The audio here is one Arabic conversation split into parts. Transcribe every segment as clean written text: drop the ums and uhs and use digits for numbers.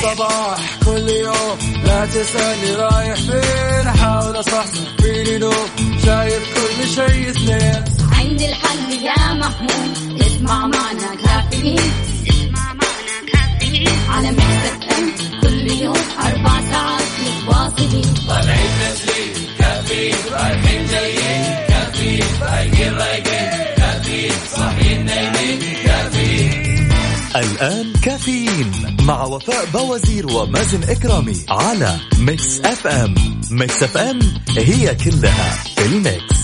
الصباح كل يوم لا تسألني رايح فين أحاول أصحصح فيني لو شايف كل شيء سنين عندي الحل يا محمود اسمع معنا كافيين على ميكس اف ام كل يوم 4 ساعات متواصلين طالعين تسليم كافيين رايحين جايين كافيين رايقين كافيين صاحيين نايمين كافيين. الآن كافيين مع وفاء بوازير ومازن إكرامي على ميكس اف ام. ميكس اف ام هي كلها في الميكس.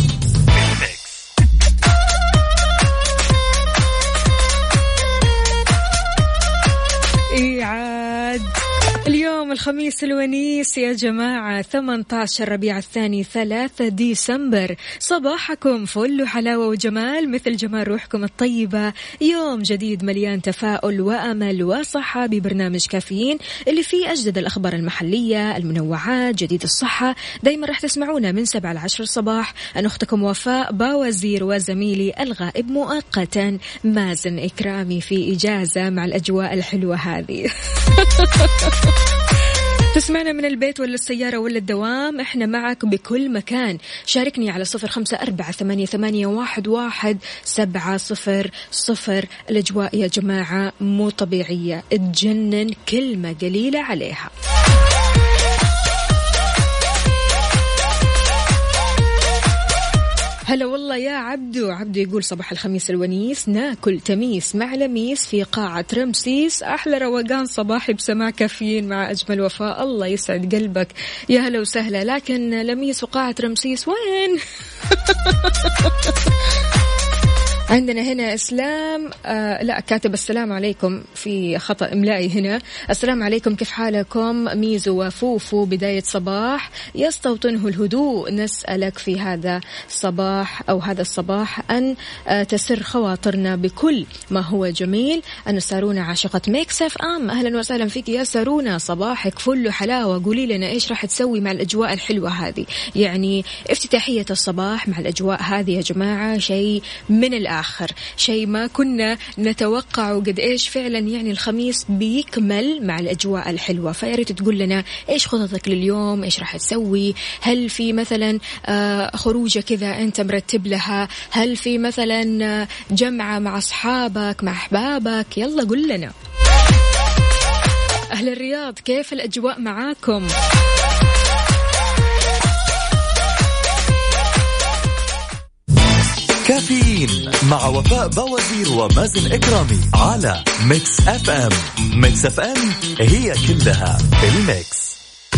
اليوم الخميس الونيس يا جماعة 18 ربيع الثاني 3 ديسمبر. صباحكم فل وحلاوة وجمال مثل جمال روحكم الطيبة. يوم جديد مليان تفاؤل وأمل وصحة ببرنامج كافيين اللي فيه أجدد الأخبار المحلية المنوعات جديد الصحة. دايما رح تسمعونا من 7 ل 10 الصباح. أنا أختكم وفاء باوزير وزميلي الغائب مؤقتا مازن إكرامي في إجازة مع الأجواء الحلوة هذه. تسمعنا من البيت ولا السيارة ولا الدوام، احنا معك بكل مكان. شاركني على 0548811700. الأجواء يا جماعة مو طبيعية، تجنن، كلمة قليلة عليها. هلا والله يا عبدو يقول صباح الخميس الونيس ناكل تميس مع لميس في قاعة رمسيس. أحلى روقان صباحي بسماع كافيين مع أجمل وفاء. الله يسعد قلبك يا هلا وسهلا. لكن لميس وقاعة رمسيس وين؟ عندنا هنا إسلام لا كاتب السلام عليكم في خطأ إملائي هنا. السلام عليكم كيف حالكم ميزو وفوفو بداية صباح يستوطنه الهدوء. نسألك في هذا الصباح أو هذا الصباح أن تسر خواطرنا بكل ما هو جميل. أنا سارونا عاشقة ميكس اف ام. أهلا وسهلا فيك يا سارونا، صباحك فل حلاوة. قولي لنا إيش راح تسوي مع الأجواء الحلوة هذه، يعني افتتاحية الصباح مع الأجواء هذه يا جماعة شيء من الآخر، شيء ما كنا نتوقع قد إيش فعلا. يعني الخميس بيكمل مع الأجواء الحلوة. فياريت تقول لنا إيش خططك لليوم، إيش راح تسوي، هل في مثلا خروجة كذا أنت مرتب لها، هل في مثلا جمعة مع أصحابك مع أحبابك، يلا قل لنا. أهل الرياض كيف الأجواء معاكم؟ كافيين مع وفاء بوازير ومازن إكرامي على ميكس اف ام. ميكس اف ام هي كلها الميكس.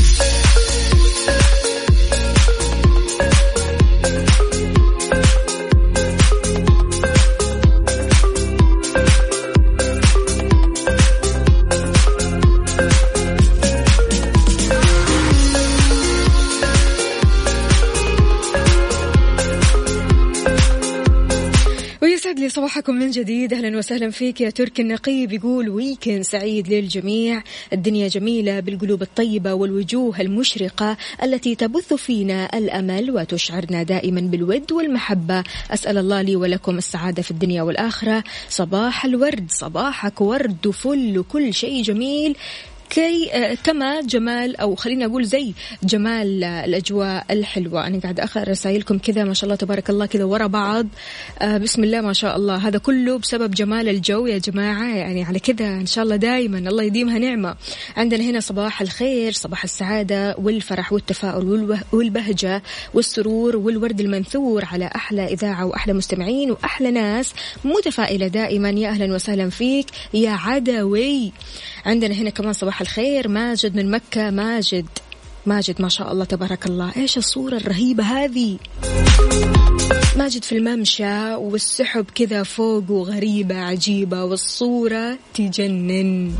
لي صباحكم من جديد. أهلا وسهلا فيك يا تركي النقيب. يقول ويكند سعيد للجميع. الدنيا جميلة بالقلوب الطيبة والوجوه المشرقة التي تبث فينا الأمل وتشعرنا دائما بالود والمحبة. أسأل الله لي ولكم السعادة في الدنيا والآخرة. صباح الورد، صباحك ورد وفل وكل شيء جميل كما جمال أو خلينا أقول زي جمال الأجواء الحلوة. أنا قاعد أقرأ رسائلكم كذا ما شاء الله تبارك الله كذا ورا بعض. بسم الله ما شاء الله. هذا كله بسبب جمال الجو يا جماعة، يعني على كذا إن شاء الله دائما الله يديمها نعمة. عندنا هنا صباح الخير، صباح السعادة والفرح والتفاؤل والبهجة والسرور والورد المنثور على أحلى إذاعة وأحلى مستمعين وأحلى ناس متفائلة دائما. يا أهلا وسهلا فيك يا عدوي. عندنا هنا كمان صباح الخير ماجد من مكة. ماجد ما شاء الله تبارك الله، إيش الصورة الرهيبة هذه. ماجد في الممشى والسحب كذا فوق وغريبة عجيبة والصورة تجنن.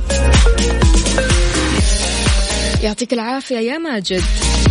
يعطيك العافية يا ماجد.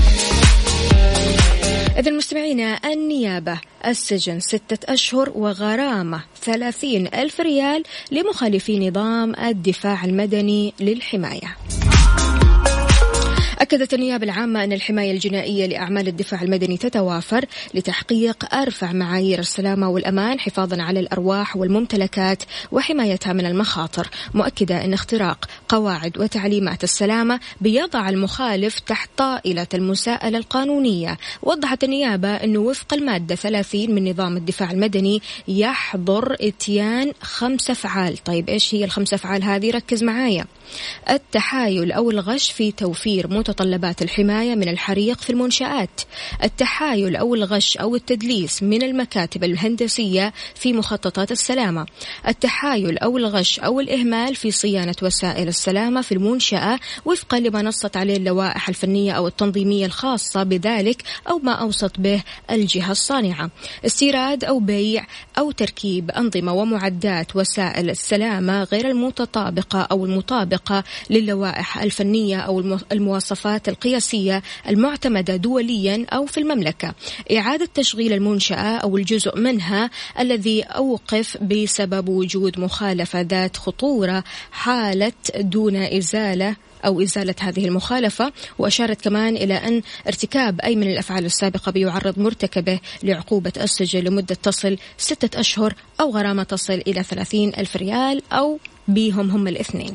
إذن مستمعينا النيابة السجن 6 أشهر وغرامة 30,000 ريال لمخالفي نظام الدفاع المدني للحماية. أكدت النيابة العامة أن الحماية الجنائية لأعمال الدفاع المدني تتوافر لتحقيق أرفع معايير السلامة والأمان حفاظا على الأرواح والممتلكات وحمايتها من المخاطر، مؤكدة أن اختراق قواعد وتعليمات السلامة بيضع المخالف تحت طائلة المساءلة القانونية. وضحت النيابة أنه وفق المادة 30 من نظام الدفاع المدني يحظر إتيان 5 أفعال. طيب إيش هي ال5 أفعال هذه؟ ركز معايا. التحايل أو الغش في توفير متطلبات الحماية من الحريق في المنشآت، التحايل أو الغش أو التدليس من المكاتب الهندسية في مخططات السلامة، التحايل أو الغش أو الإهمال في صيانة وسائل السلامة في المنشأة وفقا لما نصت عليه اللوائح الفنية أو التنظيمية الخاصة بذلك أو ما أوصت به الجهة الصانعة، استيراد أو بيع أو تركيب أنظمة ومعدات وسائل السلامة غير المتطابقة أو المطابقة للوائح الفنية أو المواصفات القياسية المعتمدة دوليا أو في المملكة، إعادة تشغيل المنشأة أو الجزء منها الذي أوقف بسبب وجود مخالفة ذات خطورة حالة دون إزالة هذه المخالفة. وأشارت كمان إلى أن ارتكاب أي من الأفعال السابقة بيعرض مرتكبه لعقوبة السجن لمدة تصل 6 أشهر أو غرامة تصل إلى 30,000 ريال أو بيهم الاثنين.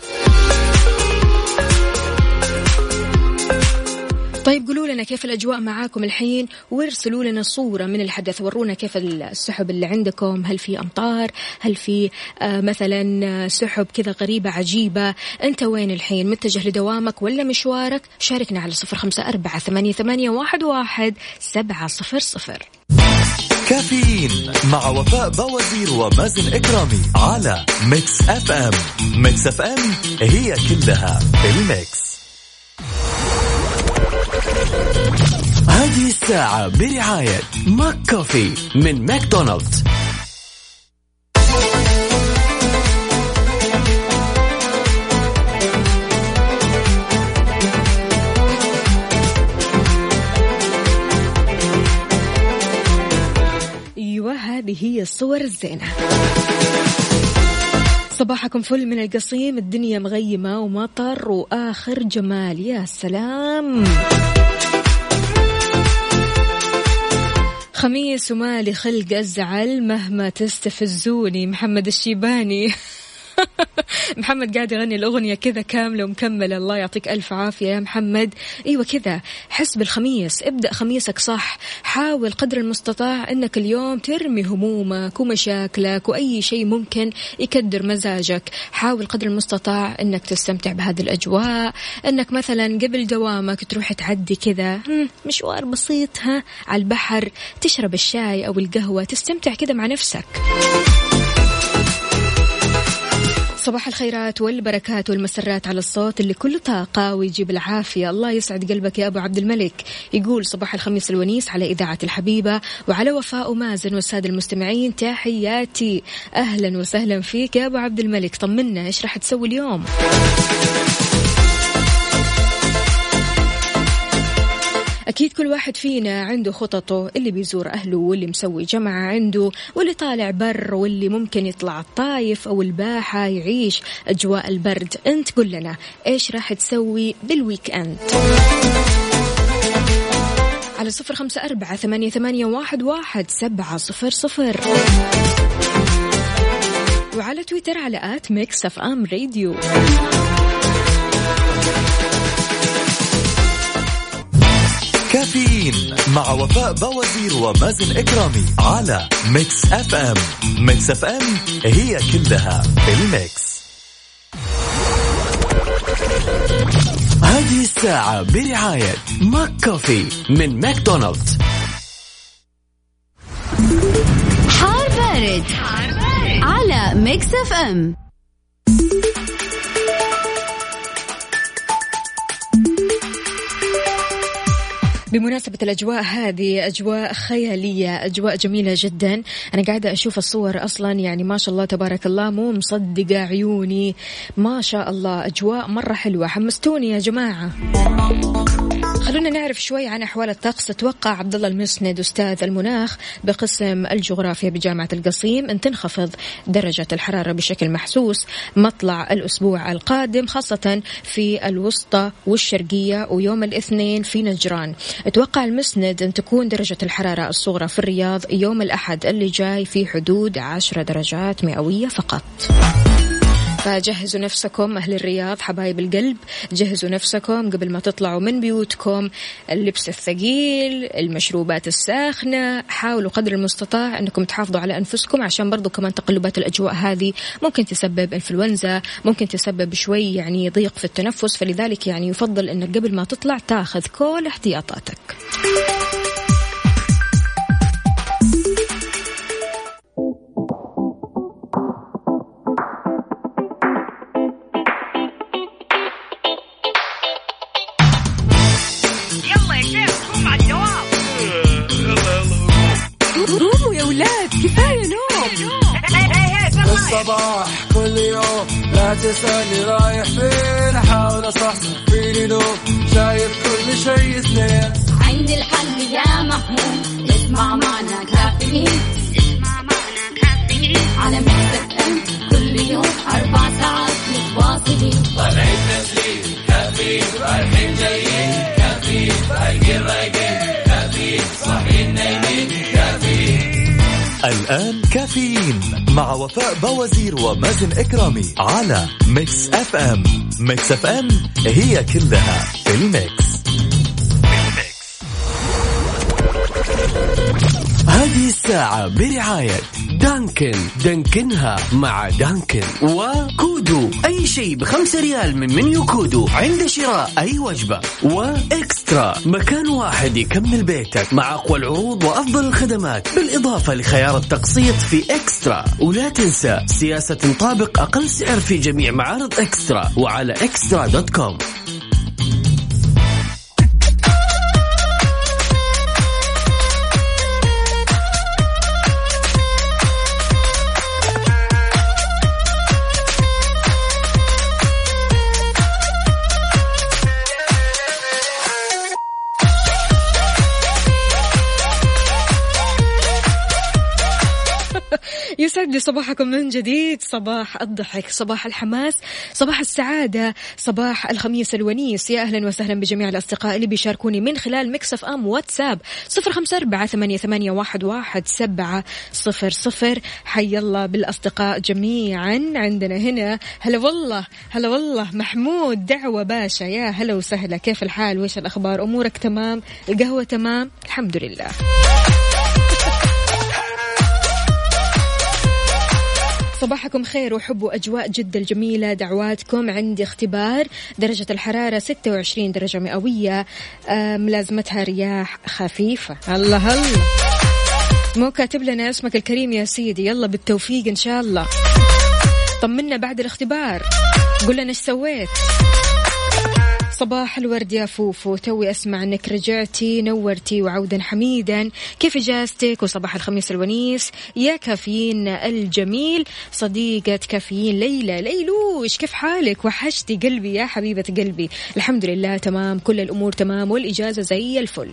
طيب قولوا لنا كيف الأجواء معاكم الحين، وارسلوا لنا صورة من الحدث، ورونا كيف السحب اللي عندكم، هل في أمطار، هل في مثلا سحب كذا غريبة عجيبة، أنت وين الحين، متجه لدوامك ولا مشوارك؟ شاركنا على 0548811700. كافيين مع وفاء بوازير ومازن إكرامي على ميكس اف ام. ميكس اف ام هي كلها الميكس. هذه الساعة برعاية ماك كوفي من ماكدونالدز. أيوة هذه هي الصور الزينة. صباحكم فل من القصيم، الدنيا مغيمة ومطر وآخر جمال، يا سلام. خميس ومالي خلق أزعل مهما تستفزوني، محمد الشيباني. محمد قاعد يغني الأغنية كذا كاملة ومكملة، الله يعطيك ألف عافية يا محمد. أيوة كذا، حس بالخميس، ابدأ خميسك صح، حاول قدر المستطاع أنك اليوم ترمي همومك ومشاكلك وأي شيء ممكن يكدر مزاجك، حاول قدر المستطاع أنك تستمتع بهذه الأجواء، أنك مثلا قبل دوامك تروح تعدي كذا مشوار بسيط على البحر، تشرب الشاي أو القهوة، تستمتع كذا مع نفسك. صباح الخيرات والبركات والمسرات على الصوت اللي كله طاقة ويجيب العافية. الله يسعد قلبك يا أبو عبد الملك. يقول صباح الخميس الونيس على إذاعة الحبيبة وعلى وفاء ومازن والسادة المستمعين، تحياتي. أهلا وسهلا فيك يا أبو عبد الملك، طمنا إيش راح تسوي اليوم؟ أكيد كل واحد فينا عنده خططه، اللي بيزور أهله واللي مسوي جمعة عنده واللي طالع بر واللي ممكن يطلع الطايف أو الباحة يعيش أجواء البرد. أنت قل لنا إيش راح تسوي بالويك أند على 0548811700 وعلى تويتر على @mixfmradio. كافيين مع وفاء بوازير ومازن إكرامي على ميكس اف ام. ميكس اف ام هي كلها الميكس. هذه الساعة برعاية ماك كوفي من ماكدونالدز. حار بارد على ميكس اف ام. بمناسبة الأجواء هذه، أجواء خيالية، أجواء جميلة جدا. أنا قاعدة أشوف الصور أصلا، يعني ما شاء الله تبارك الله، مو مصدقة عيوني، ما شاء الله أجواء مرة حلوة. حمستوني يا جماعة. خلونا نعرف شوي عن أحوال الطقس. توقع عبد الله المسند أستاذ المناخ بقسم الجغرافيا بجامعة القصيم أن تنخفض درجة الحرارة بشكل محسوس مطلع الأسبوع القادم، خاصة في الوسطى والشرقية ويوم الاثنين في نجران. توقع المسند أن تكون درجة الحرارة الصغرى في الرياض يوم الأحد اللي جاي في حدود 10 درجات مئوية فقط. فجهزوا نفسكم أهل الرياض حبايب القلب، جهزوا نفسكم قبل ما تطلعوا من بيوتكم، اللبس الثقيل، المشروبات الساخنة، حاولوا قدر المستطاع أنكم تحافظوا على أنفسكم، عشان برضو كمان تقلبات الأجواء هذه ممكن تسبب إنفلونزا، ممكن تسبب شوي يعني ضيق في التنفس، فلذلك يعني يفضل أنك قبل ما تطلع تاخذ كل احتياطاتك. الصباح كل يوم لا تسألني رايح فين، أحاول أصحصح فيني نوم، شايف كل شيء سنين، عندي الحل يا محمود، اسمع معنا كافيين، على ميكس اف ام كل يوم 4 ساعات متواصلين، طالعين تسليم كافيين، رايحين جايين كافيين، رايقين كافيين، صاحيين نايمين كافيين. الآن كافيين مع وفاء بوازير ومازن إكرامي على ميكس اف ام. ميكس اف ام هي كلها في الميكس. هذه الساعة برعاية دانكنها مع دانكن، وكودو أي شيء ب5 ريال من منيو كودو عند شراء أي وجبة، وإكسترا مكان واحد يكمل بيتك مع أقوى العروض وأفضل الخدمات بالإضافة لخيار التقسيط في إكسترا. ولا تنسى سياسة تطابق أقل سعر في جميع معارض إكسترا وعلى extra.com. يسعد لي صباحكم من جديد، صباح الضحك، صباح الحماس، صباح السعادة، صباح الخميس الونيس. يا أهلا وسهلا بجميع الأصدقاء اللي بيشاركوني من خلال ميكس اف ام واتساب 0548811700. حي الله بالأصدقاء جميعا. عندنا هنا هلا والله محمود دعوة باشا، يا هلا وسهلا، كيف الحال وإيش الأخبار؟ أمورك تمام؟ القهوة تمام؟ الحمد لله. صباحكم خير وحب وأجواء جدا الجميلة، دعواتكم. عندي اختبار، درجة الحرارة 26 درجة مئوية، ملازمتها رياح خفيفة. الله مو كاتب لنا اسمك الكريم يا سيدي، يلا بالتوفيق إن شاء الله. طمنا بعد الاختبار، قول لنا ايش سويت. صباح الورد يا فوفو، توي أسمع أنك رجعتي، نورتي وعودا حميدا، كيف إجازتك؟ وصباح الخميس الونيس يا كافيين الجميل، صديقة كافيين ليلوش، كيف حالك؟ وحشتي قلبي يا حبيبة قلبي. الحمد لله تمام، كل الأمور تمام والإجازة زي الفل.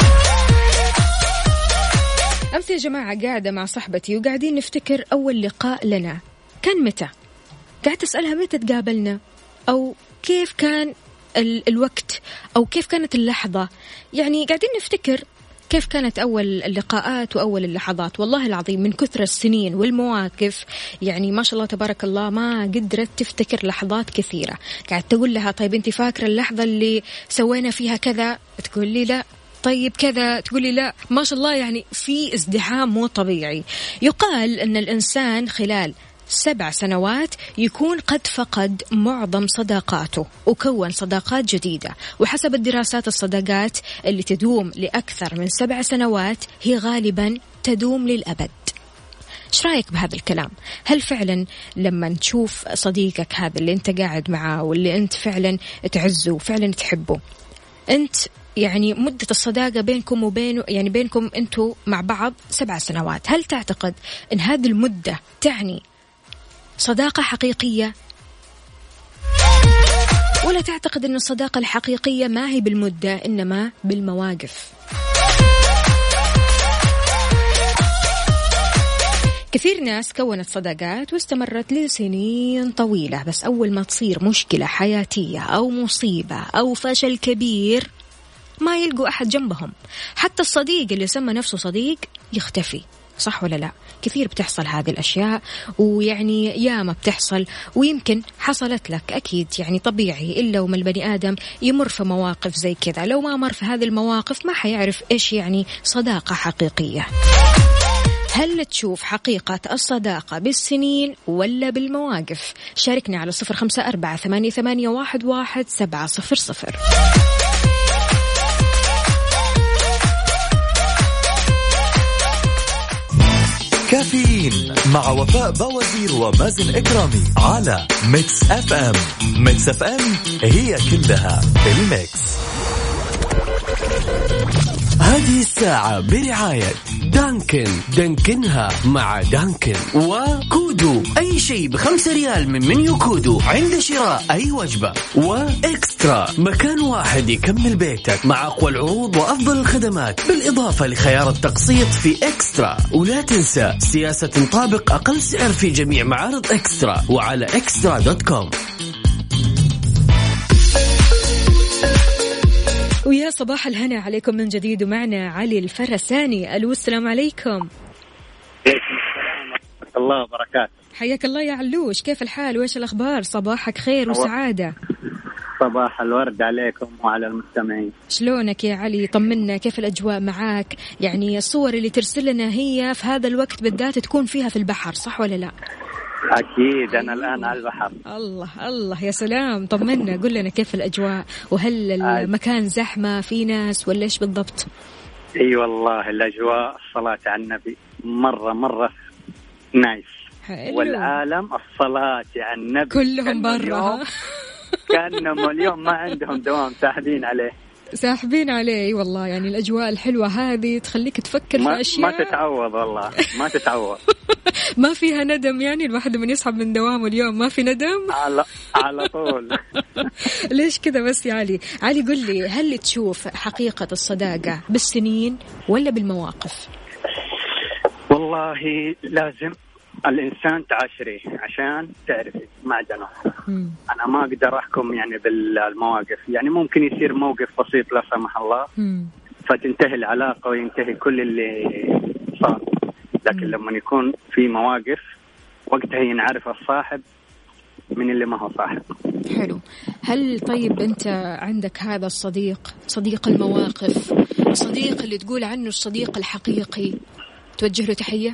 أمس يا جماعة قاعدة مع صاحبتي وقاعدين نفتكر أول لقاء لنا كان متى، قاعدة أسألها متى تقابلنا، أو كيف كان الوقت، أو كيف كانت اللحظة. يعني قاعدين نفتكر كيف كانت أول اللقاءات وأول اللحظات. والله العظيم من كثر السنين والمواقف يعني ما شاء الله تبارك الله ما قدرت تفتكر لحظات كثيرة. قاعد تقول لها طيب أنت فاكرة اللحظة اللي سوينا فيها كذا؟ تقول لي لا. طيب كذا؟ تقولي لا. ما شاء الله يعني في ازدحام مو طبيعي. يقال أن الإنسان خلال 7 سنوات يكون قد فقد معظم صداقاته وكون صداقات جديدة، وحسب الدراسات الصداقات اللي تدوم لأكثر من 7 سنوات هي غالبا تدوم للأبد. ايش رايك بهذا الكلام؟ هل فعلا لما تشوف صديقك هذا اللي انت قاعد معاه واللي انت فعلا تعزه وفعلا تحبه، انت يعني مدة الصداقة بينكم وبينه، يعني بينكم انتوا مع بعض 7 سنوات، هل تعتقد ان هذه المدة تعني صداقة حقيقية؟ ولا تعتقد أن الصداقة الحقيقية ما هي بالمدة إنما بالمواقف. كثير ناس كونت صداقات واستمرت لسنين طويلة، بس أول ما تصير مشكلة حياتية أو مصيبة أو فشل كبير ما يلقوا أحد جنبهم. حتى الصديق اللي سمى نفسه صديق يختفي. صح ولا لا؟ كثير بتحصل هذه الأشياء، ويعني ياما بتحصل، ويمكن حصلت لك أكيد، يعني طبيعي إلا وما البني آدم يمر في مواقف زي كذا. لو ما مر في هذه المواقف ما حيعرف إيش يعني صداقة حقيقية. هل تشوف حقيقة الصداقة بالسنين ولا بالمواقف؟ شاركنا على 0548811700. كافيين مع وفاء بوازير ومازن إكرامي على ميكس اف ام. ميكس اف ام هي كلها الميكس. هذه الساعة برعاية دانكن، دانكنها مع دانكن، وكودو، أي شيء ب5 ريال من منيو كودو عند شراء أي وجبة، وإكسترا، مكان واحد يكمل بيتك مع أقوى العروض وأفضل الخدمات، بالإضافة لخيار التقسيط في إكسترا. ولا تنسى سياسة تطابق أقل سعر في جميع معارض إكسترا وعلى extra.com. ويا صباح الهنا عليكم من جديد، ومعنا علي الفرساني. ألو، السلام عليكم. الله وبركاته. حياك الله يا علوش، كيف الحال وإيش الأخبار؟ صباحك خير وسعادة. صباح الورد عليكم وعلى المستمعين. شلونك يا علي؟ طمنا، كيف الأجواء معاك؟ يعني الصور اللي ترسل لنا هي في هذا الوقت بالذات تكون فيها في البحر، صح ولا لا؟ أكيد أنا الآن على البحر. الله الله يا سلام، طمنا، قل لنا كيف الأجواء، وهل المكان زحمة في ناس ولا إيش بالضبط؟ أي والله الأجواء، الصلاة على النبي، مرة نايس. حلو. والعالم الصلاة على النبي كلهم برا. كأنهم اليوم ما عندهم دوام، ساحبين عليه. والله يعني الأجواء الحلوة هذه تخليك تفكر في أشياء ما تتعوض، والله ما تتعوض. ما فيها ندم، يعني الواحد من يصحب من دوامه اليوم ما في ندم على طول. ليش كذا بس يا علي؟ علي قل لي، هل تشوف حقيقة الصداقة بالسنين ولا بالمواقف؟ والله لازم الإنسان تعاشريه عشان تعرفي معدنه. أنا ما أقدر أحكم يعني بالمواقف، يعني ممكن يصير موقف بسيط لا سمح الله فتنتهي العلاقة وينتهي كل اللي صار، لكن لما يكون في مواقف وقتها ينعرف الصاحب من اللي ما هو صاحب. حلو. هل طيب أنت عندك هذا الصديق، صديق المواقف، الصديق اللي تقول عنه الصديق الحقيقي، توجه له تحية؟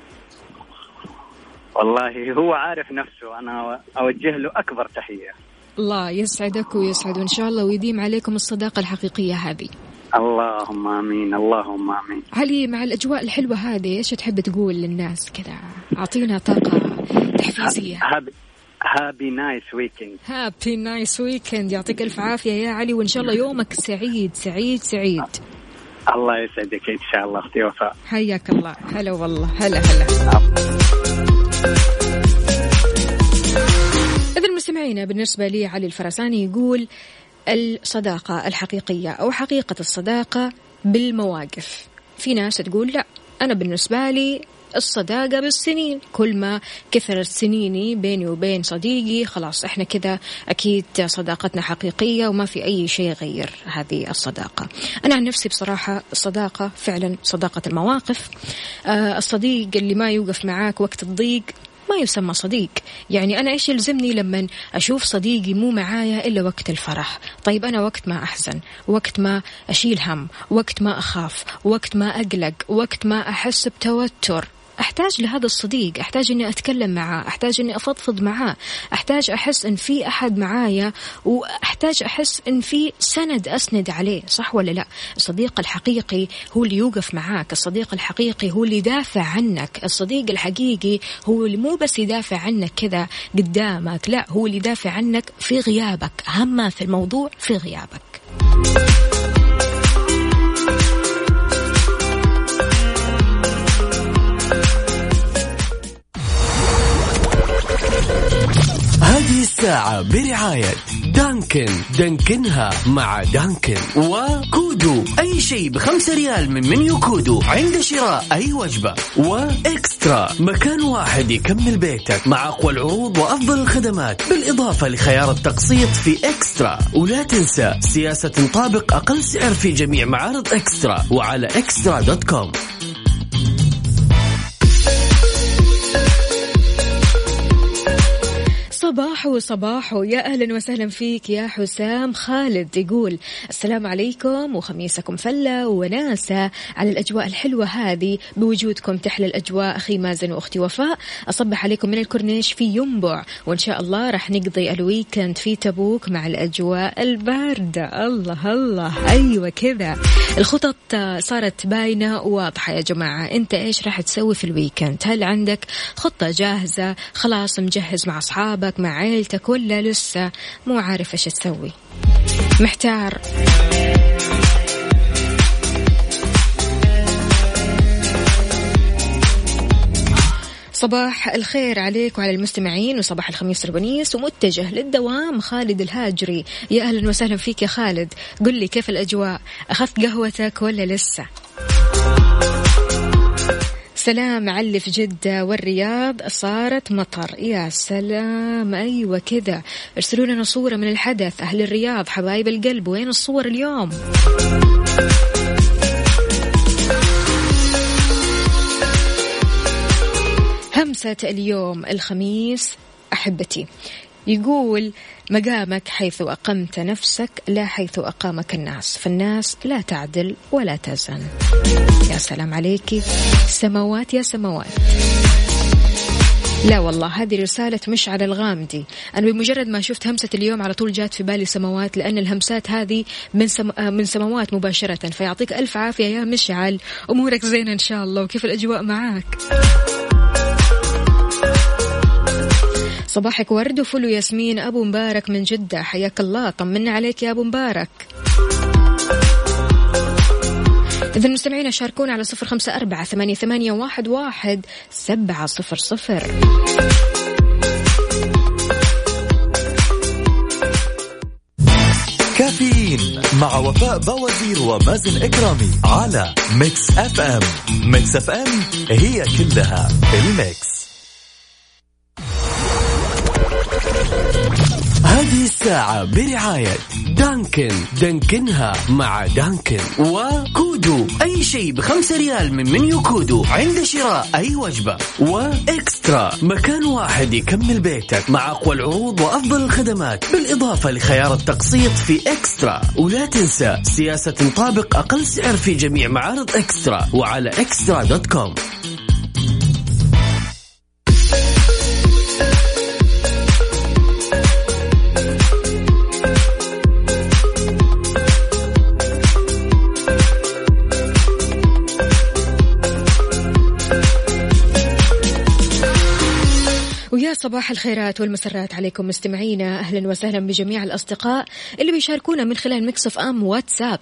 والله هو عارف نفسه، أنا أوجه له أكبر تحية. الله يسعدك ويسعد، وإن شاء الله ويديم عليكم الصداقة الحقيقية هذه. اللهم آمين، اللهم آمين. علي، مع الأجواء الحلوة هذه إيش تحب تقول للناس كذا؟ أعطينا طاقة تحفيزية. هابي نايس ويكند. هابي نايس ويكند، يعطيك ألف عافية يا علي، وإن شاء الله يومك سعيد سعيد سعيد. الله يسعدك إن شاء الله أختي وفاء. حياك الله. هلا والله، هلا. إذن المستمعين، بالنسبة لي علي الفرساني يقول الصداقة الحقيقية أو حقيقة الصداقة بالمواقف. في ناس تقول لا، أنا بالنسبة لي الصداقة بالسنين، كل ما كثرت سنيني بيني وبين صديقي خلاص احنا كذا أكيد صداقتنا حقيقية وما في أي شيء غير هذه الصداقة. أنا عن نفسي بصراحة الصداقة فعلا صداقة المواقف. الصديق اللي ما يوقف معاك وقت الضيق ما يسمى صديق. يعني أنا إيش يلزمني لما أشوف صديقي مو معايا إلا وقت الفرح؟ طيب أنا وقت ما أحزن، وقت ما أشيل هم، وقت ما أخاف، وقت ما أقلق، وقت ما أحس بتوتر، أحتاج لهذا الصديق، أحتاج أني أتكلم معاه، أحتاج أني أفضفض معاه، أحتاج أحس أن في أحد معايا، وأحتاج أحس أن في سند أسند عليه. صح ولا لا؟ الصديق الحقيقي هو اللي يوقف معاك، الصديق الحقيقي هو اللي يدافع عنك، الصديق الحقيقي هو اللي مو بس يدافع عنك كذا قدامك، لا، هو اللي يدافع عنك في غيابك، أهم ما في الموضوع في غيابك. هذه الساعة برعاية دانكن، دانكنها مع دانكن، وكودو أي شيء ب5 ريال من منيو كودو عند شراء أي وجبة، وإكسترا مكان واحد يكمل بيتك مع أقوى العروض وأفضل الخدمات بالإضافة لخيار التقسيط في إكسترا. ولا تنسى سياسة تطابق أقل سعر في جميع معارض إكسترا وعلى extra.com. صباحو يا أهلا وسهلا فيك يا حسام خالد. يقول السلام عليكم وخميسكم فلة وناسة على الأجواء الحلوة هذه، بوجودكم تحلى الأجواء أخي مازن وأختي وفاء. أصبح عليكم من الكورنيش في ينبع، وإن شاء الله راح نقضي الويكند في تبوك مع الأجواء الباردة. الله الله، أيوة كذا الخطط صارت باينة واضحة يا جماعة. أنت إيش راح تسوي في الويكند؟ هل عندك خطة جاهزة خلاص مجهز مع أصحابك مع عائلتك، ولا لسه مو عارف إيش تسوي محتار؟ صباح الخير عليك وعلى المستمعين، وصباح الخميس الونيس ومتجه للدوام. خالد الهاجري، يا أهلا وسهلا فيك يا خالد. قل لي كيف الأجواء؟ أخذت قهوتك ولا لسه؟ سلام علي في جدة والرياض صارت مطر. يا سلام، أيوة كذا. ارسلوا لنا صورة من الحدث أهل الرياض حبايب القلب، وين الصور اليوم؟ همسة اليوم الخميس أحبتي، يقول مقامك حيث أقمت نفسك لا حيث أقامك الناس، فالناس لا تعدل ولا تزن. يا سلام عليكي، سماوات يا سماوات. لا والله هذه رسالة مشعل الغامدي. أنا بمجرد ما شفت همسة اليوم على طول جات في بالي سماوات، لأن الهمسات هذه من سماوات مباشرة. فيعطيك ألف عافية يا مشعل، أمورك زينة إن شاء الله، وكيف الأجواء معاك؟ صباحك ورد وفل وياسمين. أبو مبارك من جدة، حياك الله، طمنا عليك يا أبو مبارك. إذا المستمعين شاركونا على 0548811700. كافيين مع وفاء بوازير ومازن إكرامي على ميكس اف ام. ميكس اف ام هي كلها الميكس. هذه الساعة برعاية دانكن، دانكنها مع دانكن، وكودو أي شيء ب5 ريال من منيو كودو عند شراء أي وجبة، وإكسترا مكان واحد يكمل بيتك مع أقوى العروض وأفضل الخدمات بالإضافة لخيار التقسيط في إكسترا. ولا تنسى سياسة تطابق أقل سعر في جميع معارض إكسترا وعلى extra.com. ويا صباح الخيرات والمسرات عليكم مستمعينا. أهلا وسهلا بجميع الأصدقاء اللي بيشاركونا من خلال ميكس اف ام واتساب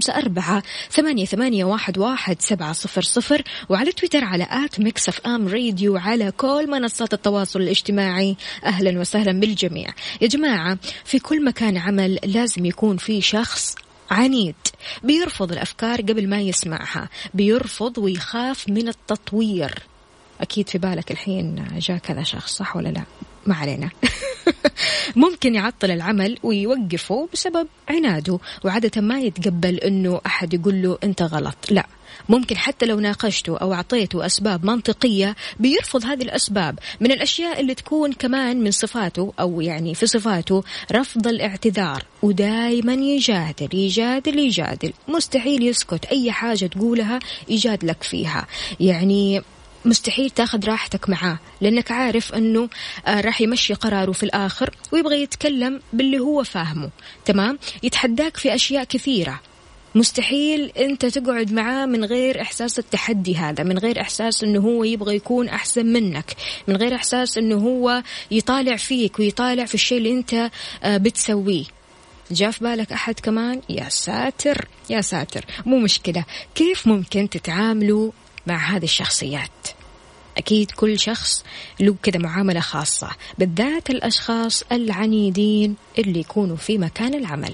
0548811700، وعلى تويتر على @ميكس اف ام راديو، على كل منصات التواصل الاجتماعي. أهلا وسهلا بالجميع يا جماعة. في كل مكان عمل لازم يكون في شخص عنيد بيرفض الأفكار قبل ما يسمعها، بيرفض ويخاف من التطوير. أكيد في بالك الحين جاء كذا شخص، صح ولا لا؟ ما علينا. ممكن يعطل العمل ويوقفه بسبب عناده، وعادة ما يتقبل أنه أحد يقول له أنت غلط. لا، ممكن حتى لو ناقشته أو أعطيته أسباب منطقية بيرفض هذه الأسباب. من الأشياء اللي تكون كمان من صفاته أو يعني في صفاته رفض الاعتذار، ودائما يجادل، مستحيل يسكت. أي حاجة تقولها يجادلك فيها، يعني مستحيل تاخذ راحتك معاه، لأنك عارف أنه راح يمشي قراره في الآخر ويبغى يتكلم باللي هو فاهمه. تمام؟ يتحداك في أشياء كثيرة. مستحيل أنت تقعد معاه من غير إحساس التحدي هذا، من غير إحساس أنه هو يبغى يكون أحسن منك، من غير إحساس أنه هو يطالع فيك ويطالع في الشيء اللي أنت بتسويه. جاء في بالك أحد كمان؟ يا ساتر يا ساتر. مو مشكلة. كيف ممكن تتعاملوا مع هذه الشخصيات؟ أكيد كل شخص له كده معاملة خاصة، بالذات الأشخاص العنيدين اللي يكونوا في مكان العمل.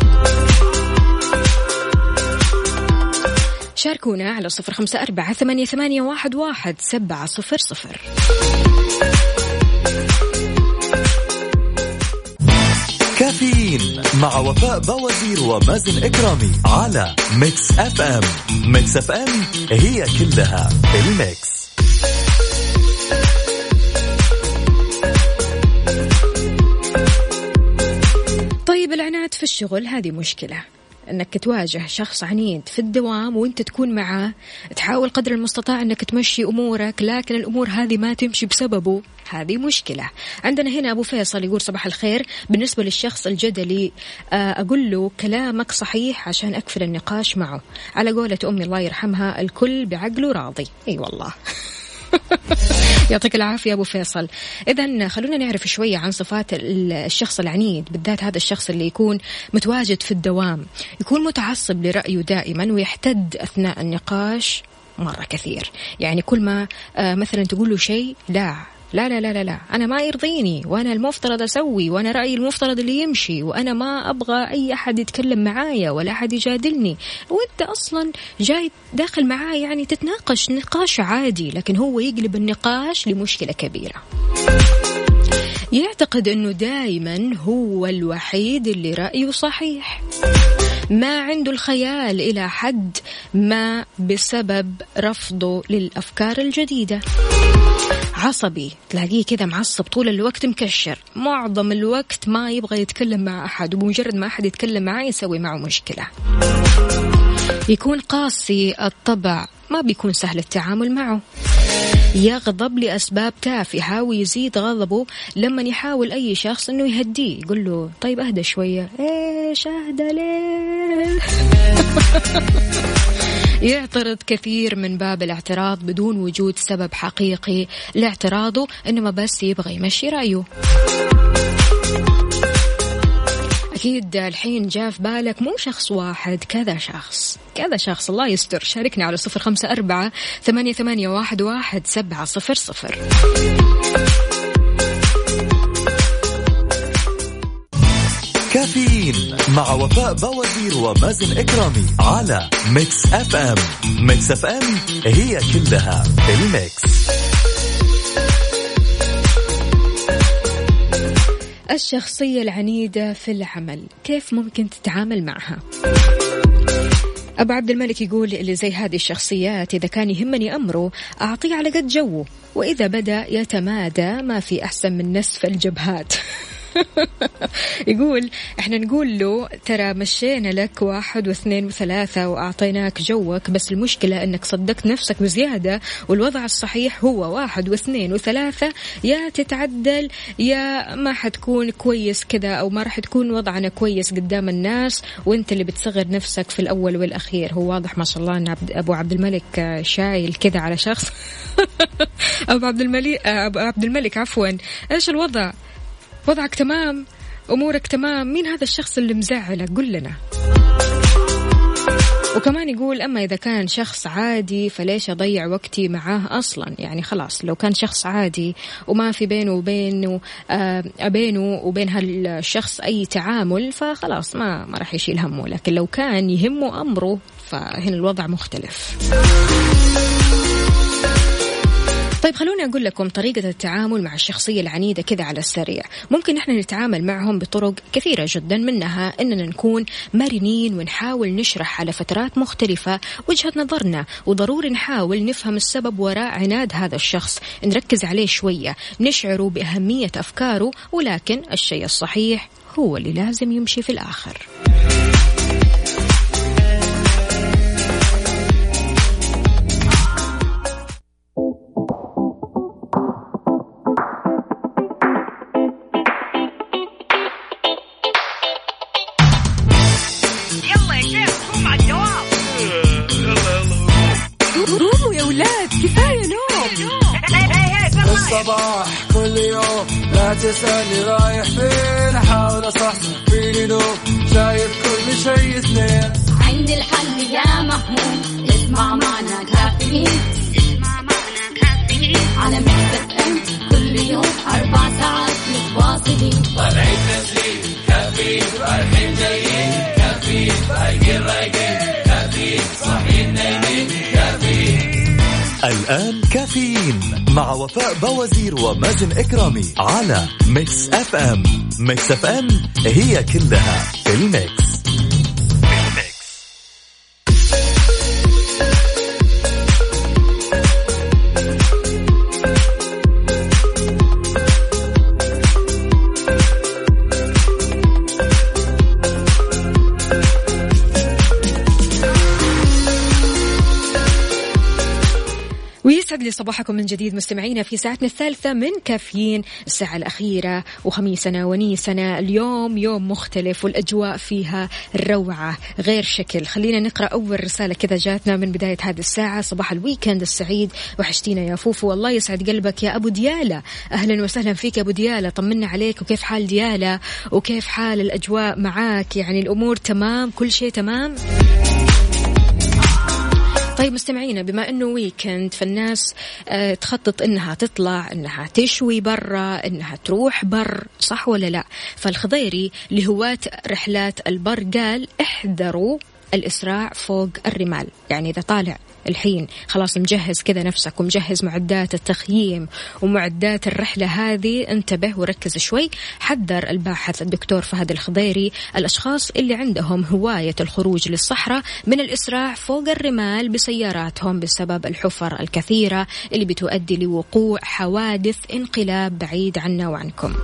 شاركونا على 0548811700. كافيين مع وفاء بوازير ومازن إكرامي على ميكس اف ام. ميكس اف ام هي كلها الميكس. طيب العناد في الشغل هذه مشكلة، أنك تواجه شخص عنيد في الدوام وأنت تكون معه، تحاول قدر المستطاع أنك تمشي أمورك، لكن الأمور هذه ما تمشي بسببه، هذه مشكلة. عندنا هنا أبو فيصل يقول صباح الخير، بالنسبة للشخص الجدلي أقول له كلامك صحيح عشان أكفل النقاش معه، على قولة أمي الله يرحمها الكل بعقله راضي. أي والله. يعطيك العافية أبو فيصل. إذن خلونا نعرف شوية عن صفات الشخص العنيد، بالذات هذا الشخص اللي يكون متواجد في الدوام، يكون متعصب لرأيه دائما ويحتد أثناء النقاش مرة كثير. يعني كل ما مثلا تقول له شيء لا لا لا لا لا أنا ما يرضيني، وأنا المفترض أسوي، وأنا رأيي المفترض اللي يمشي، وأنا ما أبغى أي أحد يتكلم معايا ولا أحد يجادلني، وأنت أصلا جاي داخل معاي يعني تتناقش نقاش عادي، لكن هو يقلب النقاش لمشكلة كبيرة. يعتقد أنه دائما هو الوحيد اللي رأيه صحيح، ما عنده الخيال إلى حد ما بسبب رفضه للأفكار الجديدة. عصبي، تلاقيه كذا معصب طول الوقت، مكشر، معظم الوقت ما يبغى يتكلم مع أحد، وبمجرد ما أحد يتكلم معاه يسوي معه مشكلة. يكون قاسي الطبع، ما بيكون سهل التعامل معه. يغضب لأسباب تافهة ويزيد غضبه لما يحاول أي شخص أنه يهديه، يقول له طيب أهدى شوية، إيش أهدى ليه؟ يعترض كثير من باب الاعتراض بدون وجود سبب حقيقي لاعتراضه، إنما بس يبغى يمشي رأيه. أكيد الحين جاء في بالك مو شخص واحد، كذا شخص الله يستر. شاركنا على 0548811700. كافيين مع وفاء بوازير ومازن إكرامي على ميكس اف ام. ميكس اف ام هي كلها الميكس. الشخصية العنيدة في العمل كيف ممكن تتعامل معها؟ أبو عبد الملك يقول اللي زي هذه الشخصيات إذا كان يهمني أمره أعطيه على قد جوه، وإذا بدأ يتمادى ما في أحسن من نسف الجبهات. يقول احنا نقول له ترى مشينا لك 1 و2 و3 وأعطيناك جوك، بس المشكلة أنك صدقت نفسك بزيادة، والوضع الصحيح هو 1 و2 و3، يا تتعدل يا ما حتكون كويس كذا، أو ما راح تكون وضعنا كويس قدام الناس، وانت اللي بتصغر نفسك في الأول والأخير. هو واضح ما شاء الله أن أبو عبد الملك شايل كذا على شخص. أبو عبد الملك عفوا، إيش الوضع؟ وضعك تمام؟ أمورك تمام؟ مين هذا الشخص اللي مزعلك؟ قل لنا. وكمان يقول أما إذا كان شخص عادي فليش أضيع وقتي معاه أصلا؟ يعني خلاص لو كان شخص عادي وما في بينه وبين هالشخص أي تعامل فخلاص ما راح يشيل همه، لكن لو كان يهمه أمره فهنا الوضع مختلف. طيب خلوني أقول لكم طريقة التعامل مع الشخصية العنيدة كذا على السريع. ممكن نحن نتعامل معهم بطرق كثيرة جدا، منها أننا نكون مرنين ونحاول نشرح على فترات مختلفة وجهة نظرنا، وضروري نحاول نفهم السبب وراء عناد هذا الشخص، نركز عليه شوية، نشعره بأهمية أفكاره، ولكن الشيء الصحيح هو اللي لازم يمشي في الآخر. الصباح كل يوم لا تسألني رايح فين، أحاول أصحصح فيني نوم، شايف كل شيء اثنين، عندي الحل يا محمود، اسمع معنا كافيين، يوم 4 ساعات متواصلين. طالعين نازلين كافيين رايحين جايين كافيين فايقين رايقين كافيين صاحيين نايمين كافيين. الآن كافيين مع وفاء بوازير ومازن إكرامي على ميكس اف ام. ميكس اف ام هي كلها في الميكس. ويسعد لي صباحكم من جديد مستمعينا في ساعتنا الثالثة من كافيين، الساعة الأخيرة وخميسنا ونيسنا. اليوم يوم مختلف والأجواء فيها روعة غير شكل. خلينا نقرأ أول رسالة كذا جاتنا من بداية هذه الساعة. صباح الويكند السعيد، وحشتينا يا فوفو. والله يسعد قلبك يا أبو ديالة، أهلا وسهلا فيك يا أبو ديالة. طمنا عليك وكيف حال ديالة وكيف حال الأجواء معاك؟ يعني الأمور تمام، كل شيء تمام؟ طيب مستمعينا، بما أنه ويكند فالناس تخطط أنها تطلع، أنها تشوي برا، أنها تروح بر، صح ولا لا؟ فالخضيري لهواة رحلات البر قال احذروا الإسراع فوق الرمال. يعني إذا طالع الحين خلاص مجهز كذا نفسك ومجهز معدات التخييم ومعدات الرحلة هذه، انتبه وركز شوي. حذر الباحث الدكتور فهد الخضيري الأشخاص اللي عندهم هواية الخروج للصحراء من الإسراع فوق الرمال بسياراتهم بسبب الحفر الكثيرة اللي بتؤدي لوقوع حوادث انقلاب بعيد عنا وعنكم.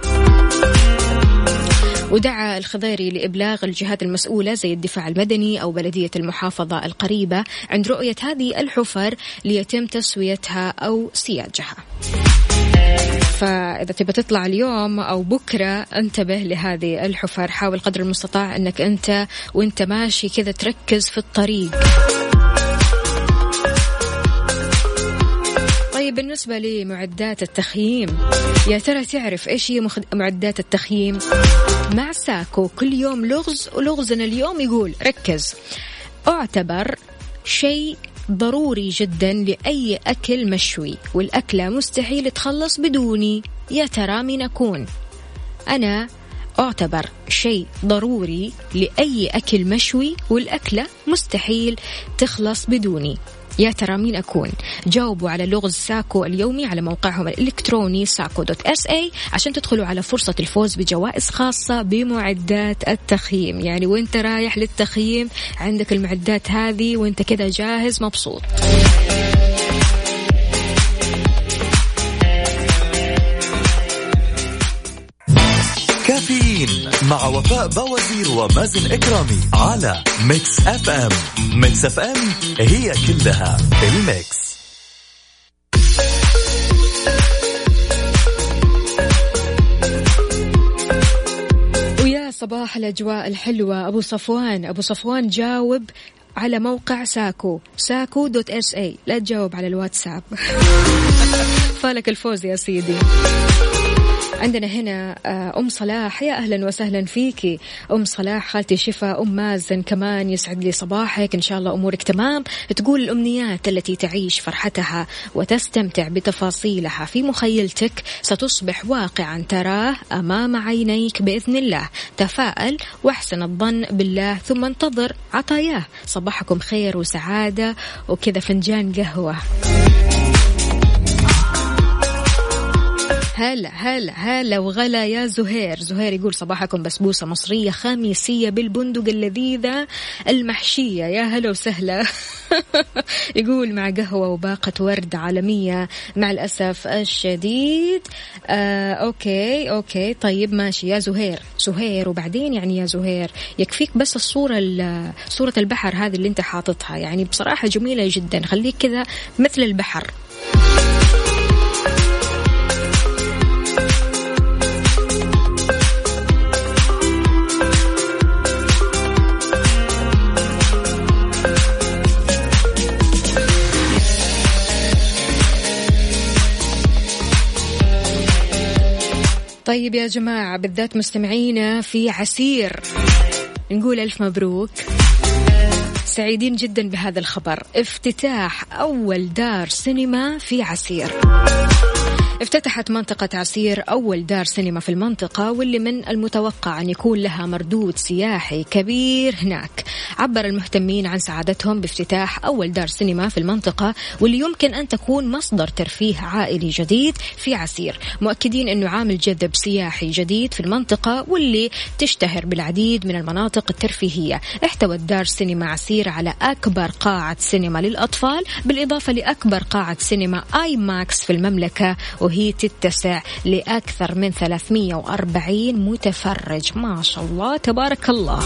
ودعا الخضيري لإبلاغ الجهات المسؤولة زي الدفاع المدني أو بلدية المحافظة القريبة عند رؤية هذه الحفر ليتم تسويتها أو سياجها. فإذا تبى تطلع اليوم أو بكرة انتبه لهذه الحفر. حاول قدر المستطاع أنك أنت وانت ماشي كذا تركز في الطريق. طيب بالنسبة لمعدات التخييم، يا ترى تعرف إيش هي معدات التخييم؟ مع ساكو كل يوم لغز، ولغزنا اليوم يقول ركز: اعتبر شيء ضروري جدا لأي أكل مشوي، والأكلة مستحيل تخلص بدوني. يا ترى مين أكون؟ أنا أعتبر شيء ضروري لأي أكل مشوي والأكلة مستحيل تخلص بدوني. يا ترى مين أكون؟ جاوبوا على لغز ساكو اليومي على موقعهم الإلكتروني saco.sa عشان تدخلوا على فرصة الفوز بجوائز خاصة بمعدات التخييم. يعني وانت رايح للتخييم عندك المعدات هذه وانت كده جاهز مبسوط. كافيين مع وفاء بوازير ومازن إكرامي على ميكس اف ام. ميكس اف ام هي كلها الميكس. ويا صباح الأجواء الحلوة. أبو صفوان جاوب على موقع saco.sa، لا تجاوب على الواتساب. فالك الفوز يا سيدي. عندنا هنا أم صلاح، يا أهلا وسهلا فيكي أم صلاح. خالتي شفا، أم مازن كمان يسعد لي صباحك، إن شاء الله أمورك تمام. تقول الأمنيات التي تعيش فرحتها وتستمتع بتفاصيلها في مخيلتك ستصبح واقعا تراه أمام عينيك بإذن الله. تفائل واحسن الظن بالله ثم انتظر عطاياه. صباحكم خير وسعادة وكذا فنجان قهوة. هلا وغلا يا زهير يقول صباحكم بسبوسة مصرية خميسية بالبندق اللذيذة المحشية. يا هلا وسهلا. يقول مع قهوة وباقة ورد عالمية مع الأسف الشديد. أوكي طيب ماشي يا زهير وبعدين يعني يا زهير يكفيك بس صورة البحر هذه اللي انت حاططها، يعني بصراحة جميلة جدا، خليك كذا مثل البحر. طيب يا جماعة بالذات مستمعينا في عسير نقول ألف مبروك، سعيدين جدا بهذا الخبر. افتتاح أول دار سينما في عسير. افتتحت منطقة عسير أول دار سينما في المنطقة، واللي من المتوقع أن يكون لها مردود سياحي كبير هناك. عبر المهتمين عن سعادتهم بافتتاح أول دار سينما في المنطقة، واللي يمكن أن تكون مصدر ترفيه عائلي جديد في عسير، مؤكدين أنه عامل جذب سياحي جديد في المنطقة واللي تشتهر بالعديد من المناطق الترفيهية. احتوت دار سينما عسير على أكبر قاعة سينما للأطفال، بالإضافة لأكبر قاعة سينما آي ماكس في المملكة، وهي تتسع لأكثر من 340 متفرج. ما شاء الله تبارك الله.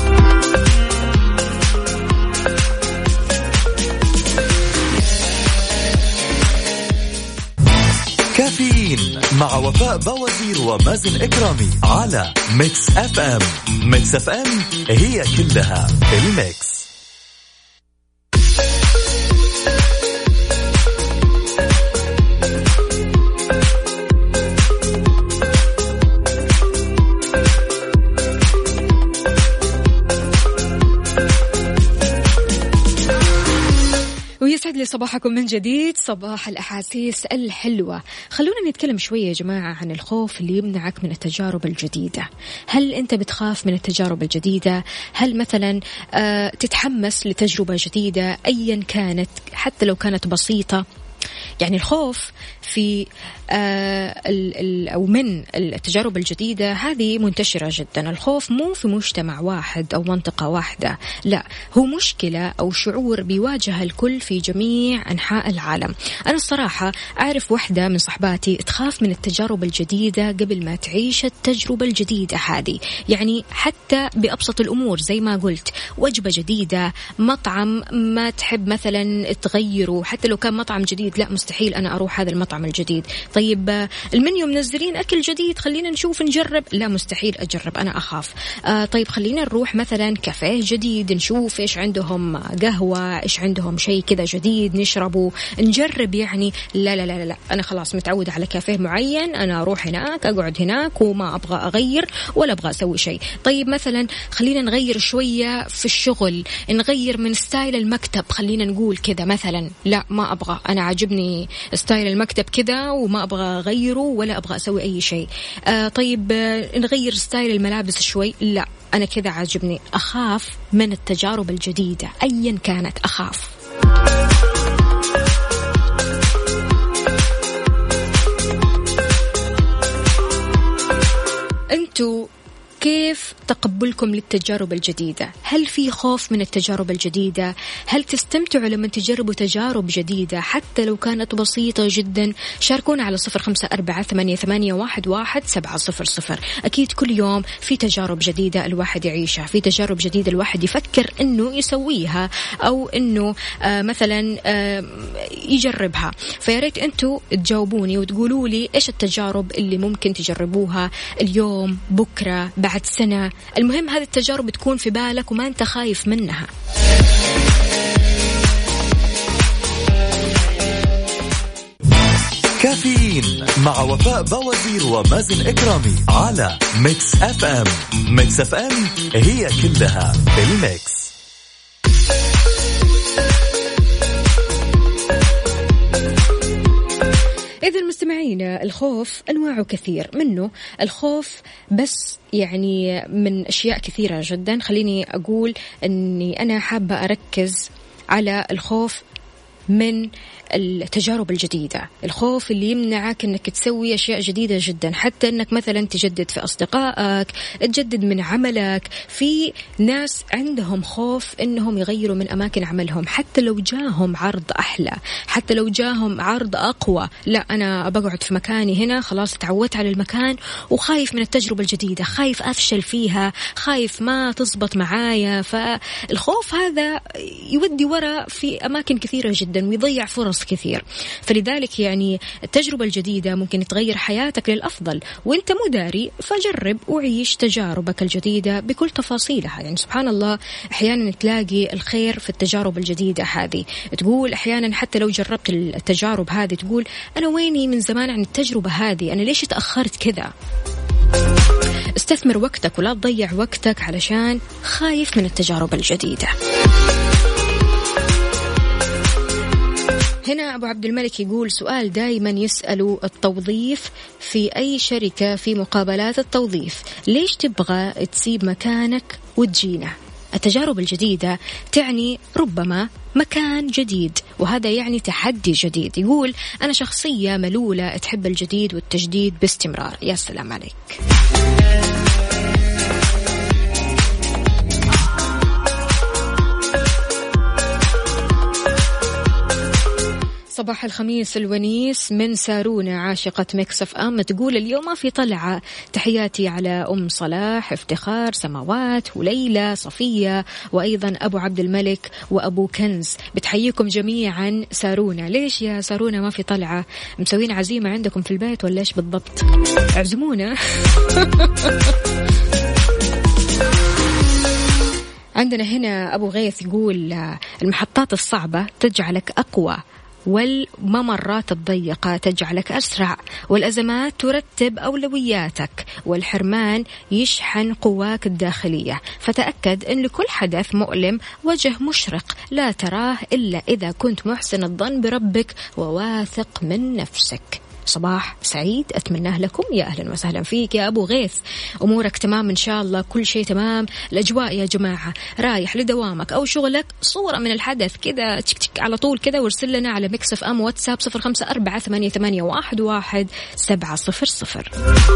كافيين مع وفاء بوازير ومازن إكرامي على ميكس اف ام. ميكس اف ام هي كلها الميكس. ويسعد لي صباحكم من جديد، صباح الأحاسيس الحلوة. خلونا نتكلم شوية يا جماعة عن الخوف اللي يمنعك من التجارب الجديدة. هل أنت بتخاف من التجارب الجديدة؟ هل مثلا تتحمس لتجربة جديدة أيا كانت حتى لو كانت بسيطة؟ يعني الخوف في أو من التجارب الجديدة هذه منتشرة جدا. الخوف مو في مجتمع واحد أو منطقة واحدة، لا، هو مشكلة أو شعور بيواجه الكل في جميع أنحاء العالم. أنا الصراحة أعرف واحدة من صحباتي تخاف من التجارب الجديدة قبل ما تعيش التجربة الجديدة هذه. يعني حتى بأبسط الأمور زي ما قلت، وجبة جديدة، مطعم ما تحب مثلا تغيره، حتى لو كان مطعم جديد، لا مستحيل أنا أروح هذا المطعم الجديد. طيب المنيو منزلين أكل جديد، خلينا نشوف نجرب، لا مستحيل أجرب، أنا أخاف. طيب خلينا نروح مثلا كافيه جديد نشوف إيش عندهم قهوة، إيش عندهم شيء كذا جديد نشربه نجرب. يعني لا لا لا لا، أنا خلاص متعودة على كافيه معين، أنا أروح هناك أقعد هناك وما أبغى أغير ولا أبغى أسوي شيء. طيب مثلا خلينا نغير شوية في الشغل، نغير من ستايل المكتب، خلينا نقول كذا مثلا، لا ما أبغى، أنا عاجبني ستايل المكتب كذا وما أبغى أغيره ولا أبغى أسوي أي شيء. طيب نغير ستايل الملابس شوي، لا أنا كذا عاجبني. أخاف من التجارب الجديدة أيا كانت، أخاف. أنتوا كيف تقبلكم للتجارب الجديدة؟ هل في خوف من التجارب الجديدة؟ هل تستمتعوا لما تجربوا تجارب جديدة حتى لو كانت بسيطة جدا؟ شاركونا على 0548811700. أكيد كل يوم في تجارب جديدة الواحد يعيشها، في تجارب جديدة الواحد يفكر أنه يسويها أو أنه مثلا يجربها. فياريت أنتوا تجاوبوني وتقولوا لي إيش التجارب اللي ممكن تجربوها اليوم، بكرة، بعد سنة. المهم هذه التجارب تكون في بالك وما أنت خايف منها. كافيين مع وفاء بوازير ومازن إكرامي على ميكس اف ام. ميكس اف ام هي كلها بالميكس. إذا المستمعين، الخوف أنواعه كثير، منه الخوف بس يعني من أشياء كثيرة جدا. خليني أقول أني أنا حابة أركز على الخوف من التجارب الجديدة، الخوف اللي يمنعك أنك تسوي أشياء جديدة جدا، حتى أنك مثلا تجدد في أصدقائك، تجدد من عملك. في ناس عندهم خوف أنهم يغيروا من أماكن عملهم حتى لو جاهم عرض أحلى، حتى لو جاهم عرض أقوى، لا أنا بقعد في مكاني هنا، خلاص تعودت على المكان وخايف من التجربة الجديدة، خايف أفشل فيها، خايف ما تزبط معايا. فالخوف هذا يودي وراء في أماكن كثيرة جدا ويضيع فرص كثير. فلذلك يعني التجربة الجديدة ممكن تغير حياتك للأفضل وانت مو داري، فجرب وعيش تجاربك الجديدة بكل تفاصيلها. يعني سبحان الله، أحيانا تلاقي الخير في التجارب الجديدة هذه. تقول أحيانا حتى لو جربت التجارب هذه تقول أنا ويني من زمان عن التجربة هذه، أنا ليش تأخرت كذا؟ استثمر وقتك ولا تضيع وقتك علشان خايف من التجارب الجديدة. هنا أبو عبد الملك يقول سؤال دايما يسألوا التوظيف في أي شركة في مقابلات التوظيف، ليش تبغى تسيب مكانك وتجينا؟ التجارب الجديدة تعني ربما مكان جديد، وهذا يعني تحدي جديد. يقول أنا شخصية ملولة تحب الجديد والتجديد باستمرار. يا سلام عليك. صباح الخميس الونيس من سارونا عاشقة ميكس اف ام، تقول اليوم ما في طلعة، تحياتي على أم صلاح، افتخار، سماوات، وليلى، صفية، وأيضا أبو عبد الملك وأبو كنز. بتحييكم جميعا سارونا. ليش يا سارونا ما في طلعة؟ مسوين عزيمة عندكم في البيت ولا إيش بالضبط؟ اعزمونا. عندنا هنا أبو غيث يقول المحطات الصعبة تجعلك أقوى، والممرات الضيقة تجعلك أسرع، والأزمات ترتب أولوياتك، والحرمان يشحن قواك الداخلية. فتأكد أن لكل حدث مؤلم وجه مشرق لا تراه إلا إذا كنت محسن الظن بربك وواثق من نفسك. صباح سعيد أتمناه لكم. يا أهلا وسهلا فيك يا أبو غيث، أمورك تمام إن شاء الله، كل شيء تمام. الأجواء يا جماعة، رايح لدوامك أو شغلك، صورة من الحدث كذا تك تك على طول كذا وارسل لنا على ميكس اف ام واتساب 0548811700.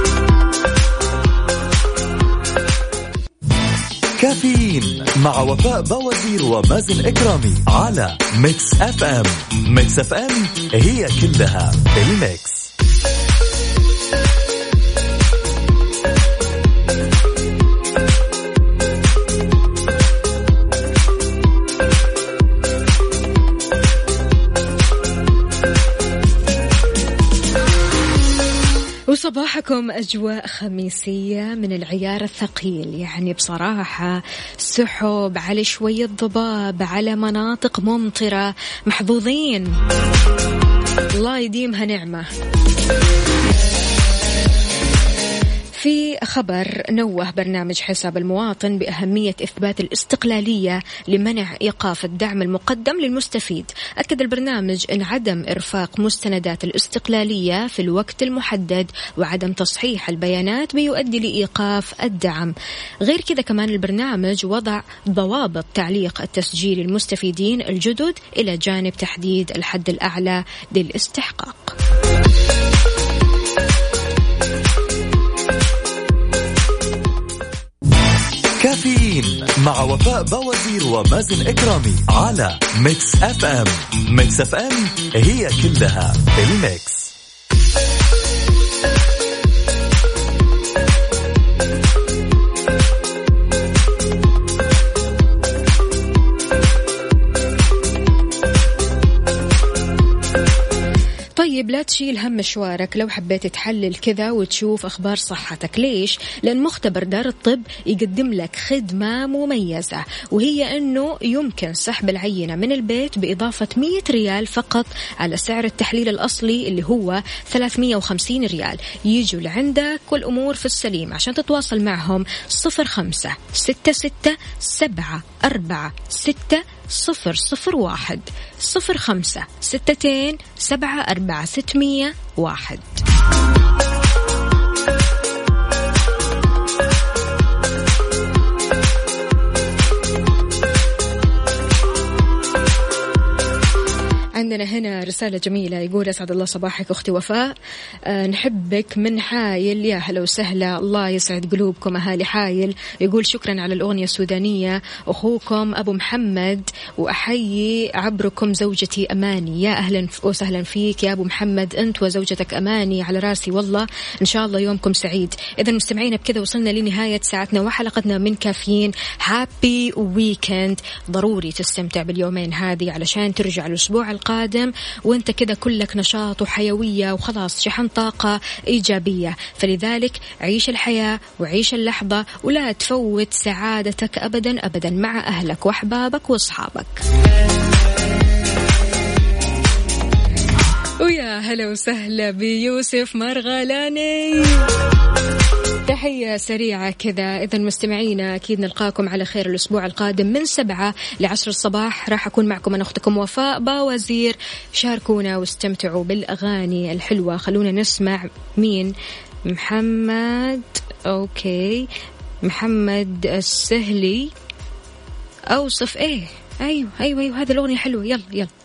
كافيين مع وفاء بوازير ومازن إكرامي على ميكس اف ام. ميكس اف ام هي كلها الميكس. وصباحكم أجواء خميسية من العيار الثقيل، يعني بصراحة سحب على شوية ضباب على مناطق ممطرة، محظوظين الله يديمها نعمة. في خبر نوه برنامج حساب المواطن بأهمية إثبات الاستقلالية لمنع إيقاف الدعم المقدم للمستفيد. أكد البرنامج أن عدم إرفاق مستندات الاستقلالية في الوقت المحدد وعدم تصحيح البيانات بيؤدي لإيقاف الدعم. غير كذا كمان البرنامج وضع ضوابط تعليق التسجيل المستفيدين الجدد إلى جانب تحديد الحد الأعلى للاستحقاق. كافيين مع وفاء بوازير ومازن إكرامي على ميكس اف ام. ميكس اف ام هي كلها الميكس. طيب لا تشيل هم مشوارك لو حبيت تحلل كذا وتشوف أخبار صحتك. ليش؟ لأن مختبر دار الطب يقدم لك خدمة مميزة، وهي أنه يمكن سحب العينة من البيت بإضافة 100 ريال فقط على سعر التحليل الأصلي اللي هو 350 ريال. يجوا لعندك والأمور في السليم. عشان تتواصل معهم 0566744601 0562744601. عندنا هنا رسالة جميلة يقول أسعد الله صباحك أختي وفاء، نحبك من حايل. يا هلا وسهلا، الله يسعد قلوبكم أهالي حايل. يقول شكرا على الأغنية السودانية، أخوكم أبو محمد، وأحيي عبركم زوجتي أماني. يا أهلا وسهلا فيك يا أبو محمد، أنت وزوجتك أماني على راسي والله. إن شاء الله يومكم سعيد. إذا مستمعين بكذا وصلنا لنهاية ساعتنا وحلقتنا من كافيين. هابي ويكند. ضروري تستمتع باليومين هذه علشان ترجع الأسبوع القادم وانت كده كلك نشاط وحيوية وخلاص شحن طاقة إيجابية. فلذلك عيش الحياة وعيش اللحظة، ولا تفوت سعادتك أبدا أبدا مع أهلك وأحبابك وأصحابك. ويا هلا وسهلا بيوسف مرغلاني. تحية سريعة كذا. إذا مستمعينا أكيد نلقاكم على خير الأسبوع القادم من 7 ل10 الصباح. راح أكون معكم أنا أختكم وفاء باوزير. شاركونا واستمتعوا بالأغاني الحلوة. خلونا نسمع مين. محمد أوكي محمد السهلي أوصف إيه. أيوه هذا الأغنية حلوة. يلا